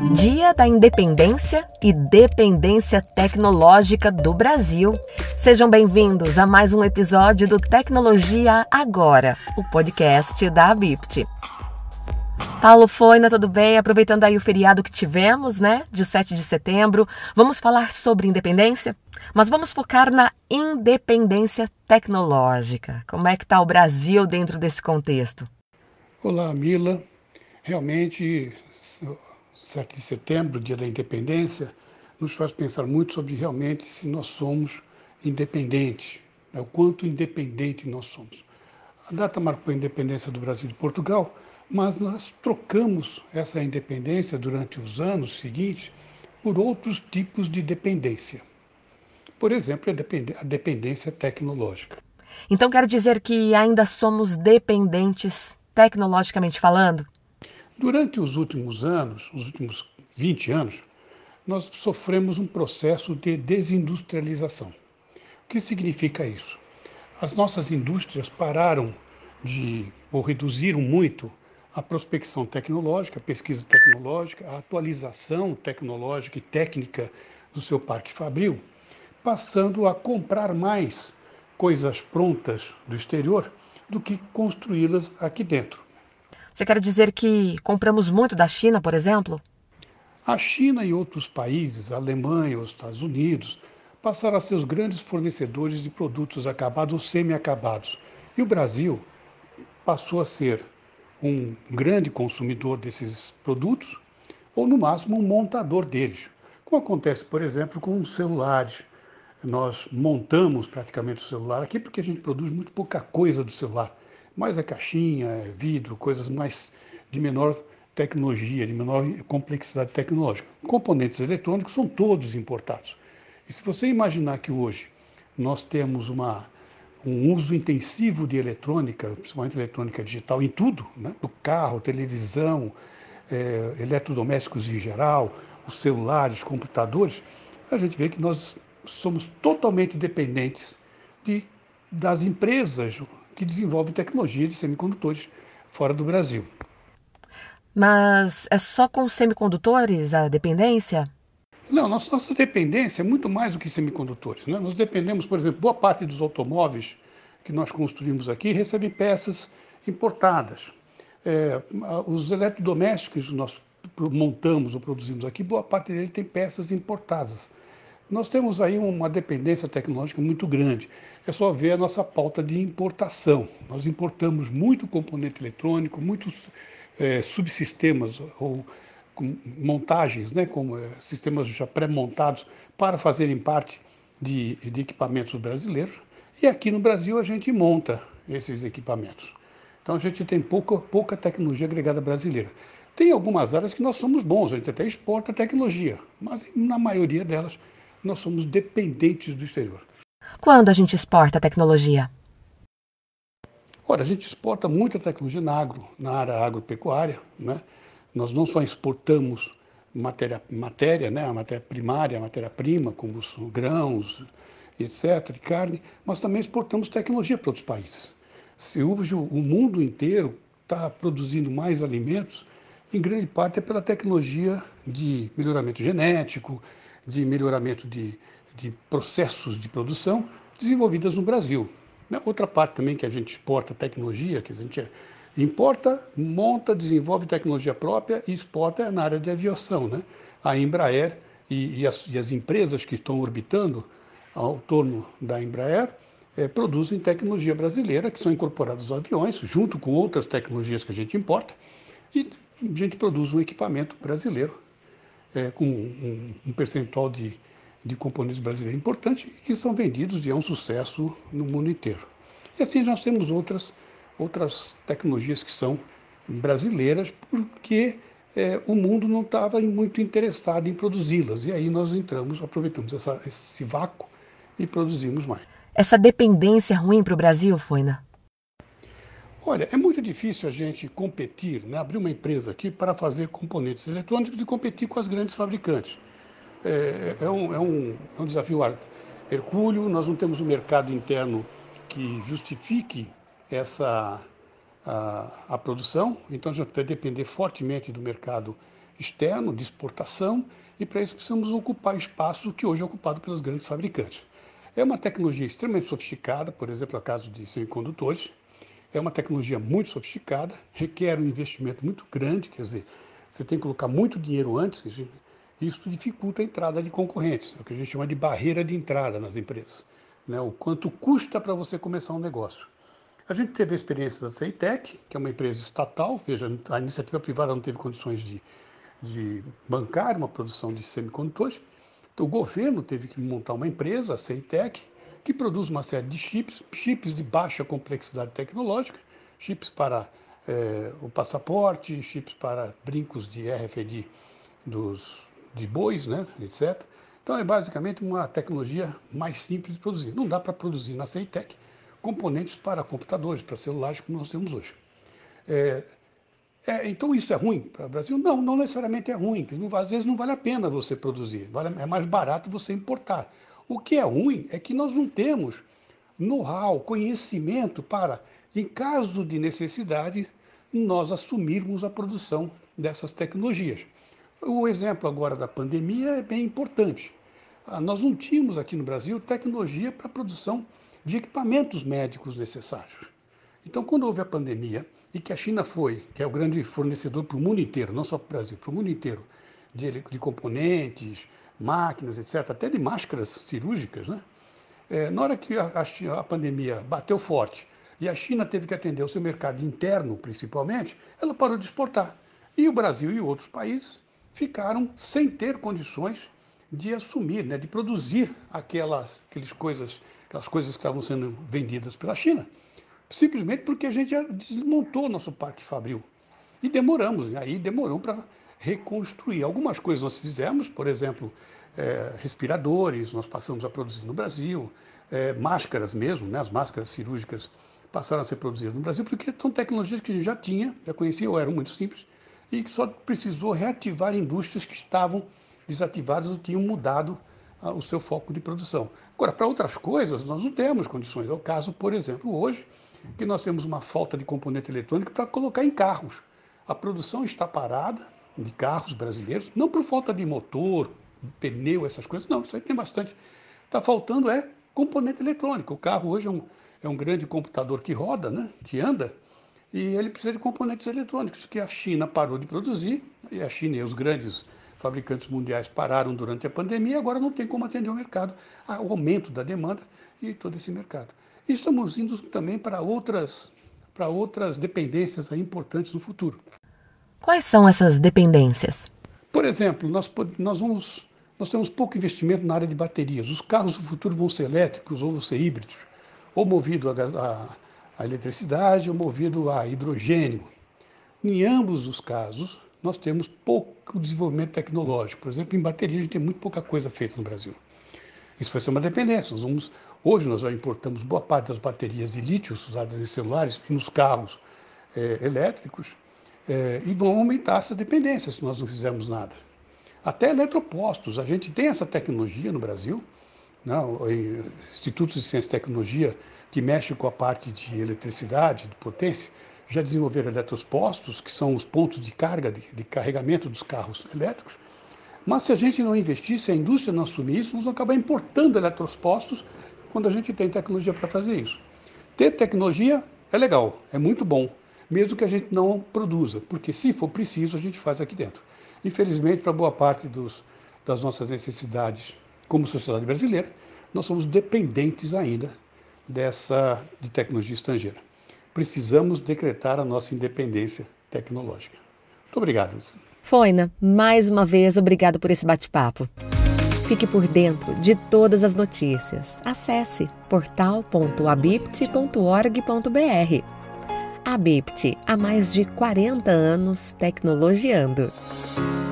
Dia da Independência e Dependência Tecnológica do Brasil. Sejam bem-vindos a mais um episódio do Tecnologia Agora, o podcast da ABIPT. Paulo Foina, tudo bem? Aproveitando aí o feriado que tivemos, de 7 de setembro, vamos falar sobre independência, mas vamos focar na independência tecnológica. Como é que está o Brasil dentro desse contexto? Olá, Mila. Realmente, 7 de setembro, Dia da Independência, nos faz pensar muito sobre realmente se nós somos independentes, o quanto independente nós somos. A data marcou a independência do Brasil e de Portugal, mas nós trocamos essa independência durante os anos seguintes por outros tipos de dependência. Por exemplo, a dependência tecnológica. Então quer dizer que ainda somos dependentes tecnologicamente falando? Durante os últimos anos, os últimos 20 anos, nós sofremos um processo de desindustrialização. O que significa isso? As nossas indústrias pararam ou reduziram muito a prospecção tecnológica, a pesquisa tecnológica, a atualização tecnológica e técnica do seu parque fabril, passando a comprar mais coisas prontas do exterior do que construí-las aqui dentro. Você quer dizer que compramos muito da China, por exemplo? A China e outros países, a Alemanha, os Estados Unidos, passaram a ser os grandes fornecedores de produtos acabados ou semi-acabados. E o Brasil passou a ser um grande consumidor desses produtos, ou no máximo um montador deles. Como acontece, por exemplo, com os celulares. Nós montamos praticamente o celular aqui porque a gente produz muito pouca coisa do celular. Mais a caixinha, vidro, coisas mais de menor tecnologia, de menor complexidade tecnológica. Componentes eletrônicos são todos importados. E se você imaginar que hoje nós temos um uso intensivo de eletrônica, principalmente eletrônica digital, em tudo, do carro, televisão, eletrodomésticos em geral, os celulares, computadores, a gente vê que nós somos totalmente dependentes das empresas que desenvolvem tecnologia de semicondutores fora do Brasil. Mas é só com semicondutores a dependência? Não, nossa dependência é muito mais do que semicondutores. Nós dependemos, por exemplo, boa parte dos automóveis que nós construímos aqui recebem peças importadas. Os eletrodomésticos que nós montamos ou produzimos aqui, boa parte deles tem peças importadas. Nós temos aí uma dependência tecnológica muito grande. É só ver a nossa pauta de importação. Nós importamos muito componente eletrônico, muitos subsistemas ou montagens, como sistemas já pré-montados para fazerem parte de equipamentos brasileiros. E aqui no Brasil a gente monta esses equipamentos. Então a gente tem pouca tecnologia agregada brasileira. Tem algumas áreas que nós somos bons, a gente até exporta tecnologia, mas na maioria delas nós somos dependentes do exterior. Quando a gente exporta tecnologia? Ora, a gente exporta muita tecnologia na área agropecuária, Nós não só exportamos matéria, a matéria primária, a matéria-prima, como os grãos, etc., carne, mas também exportamos tecnologia para outros países. Se hoje o mundo inteiro está produzindo mais alimentos, em grande parte é pela tecnologia de melhoramento genético, de melhoramento de processos de produção desenvolvidas no Brasil. Outra parte também que a gente exporta tecnologia, que a gente importa, monta, desenvolve tecnologia própria e exporta na área de aviação. A Embraer e as empresas que estão orbitando ao torno da Embraer produzem tecnologia brasileira, que são incorporadas aos aviões, junto com outras tecnologias que a gente importa, e a gente produz um equipamento brasileiro com um percentual de componentes brasileiros importante que são vendidos e é um sucesso no mundo inteiro. E assim nós temos outras tecnologias que são brasileiras porque o mundo não estava muito interessado em produzi-las. E aí nós aproveitamos esse vácuo e produzimos mais. Essa dependência é ruim para o Brasil, Foina? Olha, é muito difícil a gente competir, abrir uma empresa aqui para fazer componentes eletrônicos e competir com as grandes fabricantes. É um desafio hercúleo, nós não temos um mercado interno que justifique a produção, então a gente vai depender fortemente do mercado externo, de exportação, e para isso precisamos ocupar espaço que hoje é ocupado pelos grandes fabricantes. É uma tecnologia extremamente sofisticada, por exemplo, no caso de semicondutores, é uma tecnologia muito sofisticada, requer um investimento muito grande, quer dizer, você tem que colocar muito dinheiro antes, isso dificulta a entrada de concorrentes, é o que a gente chama de barreira de entrada nas empresas, né? O quanto custa para você começar um negócio. A gente teve a experiência da Ceitec, que é uma empresa estatal, veja, a iniciativa privada não teve condições de bancar uma produção de semicondutores, então o governo teve que montar uma empresa, a Ceitec, que produz uma série de chips de baixa complexidade tecnológica, chips para o passaporte, chips para brincos de RFID de bois, né, etc. Então é basicamente uma tecnologia mais simples de produzir. Não dá para produzir na Ceitec componentes para computadores, para celulares, como nós temos hoje. Então isso é ruim para o Brasil? Não, não necessariamente é ruim. Às vezes não vale a pena você produzir, é mais barato você importar. O que é ruim é que nós não temos know-how, conhecimento para, em caso de necessidade, nós assumirmos a produção dessas tecnologias. O exemplo agora da pandemia é bem importante. Nós não tínhamos aqui no Brasil tecnologia para a produção de equipamentos médicos necessários. Então, quando houve a pandemia, e que a China que é o grande fornecedor para o mundo inteiro, não só para o Brasil, para o mundo inteiro, de componentes, máquinas, etc., até de máscaras cirúrgicas, né? Na hora que a pandemia bateu forte e a China teve que atender o seu mercado interno, principalmente, ela parou de exportar. E o Brasil e outros países ficaram sem ter condições de assumir, né, de produzir aquelas coisas que estavam sendo vendidas pela China, simplesmente porque a gente já desmontou nosso parque fabril. E demorou para reconstruir. Algumas coisas nós fizemos, por exemplo, respiradores, nós passamos a produzir no Brasil, máscaras mesmo, né, as máscaras cirúrgicas passaram a ser produzidas no Brasil, porque são tecnologias que a gente já conhecia ou eram muito simples, e que só precisou reativar indústrias que estavam desativadas ou tinham mudado o seu foco de produção. Agora, para outras coisas, nós não temos condições. É o caso, por exemplo, hoje, que nós temos uma falta de componente eletrônico para colocar em carros. A produção está parada de carros brasileiros, não por falta de motor, pneu, essas coisas, não, isso aí tem bastante. Está faltando componente eletrônico. O carro hoje é um grande computador que roda, né, que anda, e ele precisa de componentes eletrônicos, que a China parou de produzir, e a China e os grandes fabricantes mundiais pararam durante a pandemia, e agora não tem como atender o mercado, o aumento da demanda e todo esse mercado. E estamos indo também para outras dependências importantes no futuro. Quais são essas dependências? Por exemplo, nós temos pouco investimento na área de baterias. Os carros do futuro vão ser elétricos ou vão ser híbridos, ou movido a eletricidade ou movido a hidrogênio. Em ambos os casos, nós temos pouco desenvolvimento tecnológico. Por exemplo, em bateria a gente tem muito pouca coisa feita no Brasil. Isso vai ser uma dependência. Hoje nós já importamos boa parte das baterias de lítio usadas em celulares e nos carros elétricos, e vão aumentar essa dependência se nós não fizermos nada. Até eletropostos, a gente tem essa tecnologia no Brasil, né? Institutos de Ciência e Tecnologia que mexe com a parte de eletricidade, de potência, já desenvolveram eletropostos, que são os pontos de carga, de carregamento dos carros elétricos. Mas se a gente não investir, se a indústria não assumir isso, nós vamos acabar importando eletropostos quando a gente tem tecnologia para fazer isso. Ter tecnologia é legal, é muito bom, mesmo que a gente não produza, porque se for preciso, a gente faz aqui dentro. Infelizmente, para boa parte das nossas necessidades como sociedade brasileira, nós somos dependentes ainda de tecnologia estrangeira. Precisamos decretar a nossa independência tecnológica. Muito obrigado, Luciana. Foina, mais uma vez, obrigado por esse bate-papo. Fique por dentro de todas as notícias. Acesse portal.abipt.org.br. Abipt, há mais de 40 anos tecnologiando.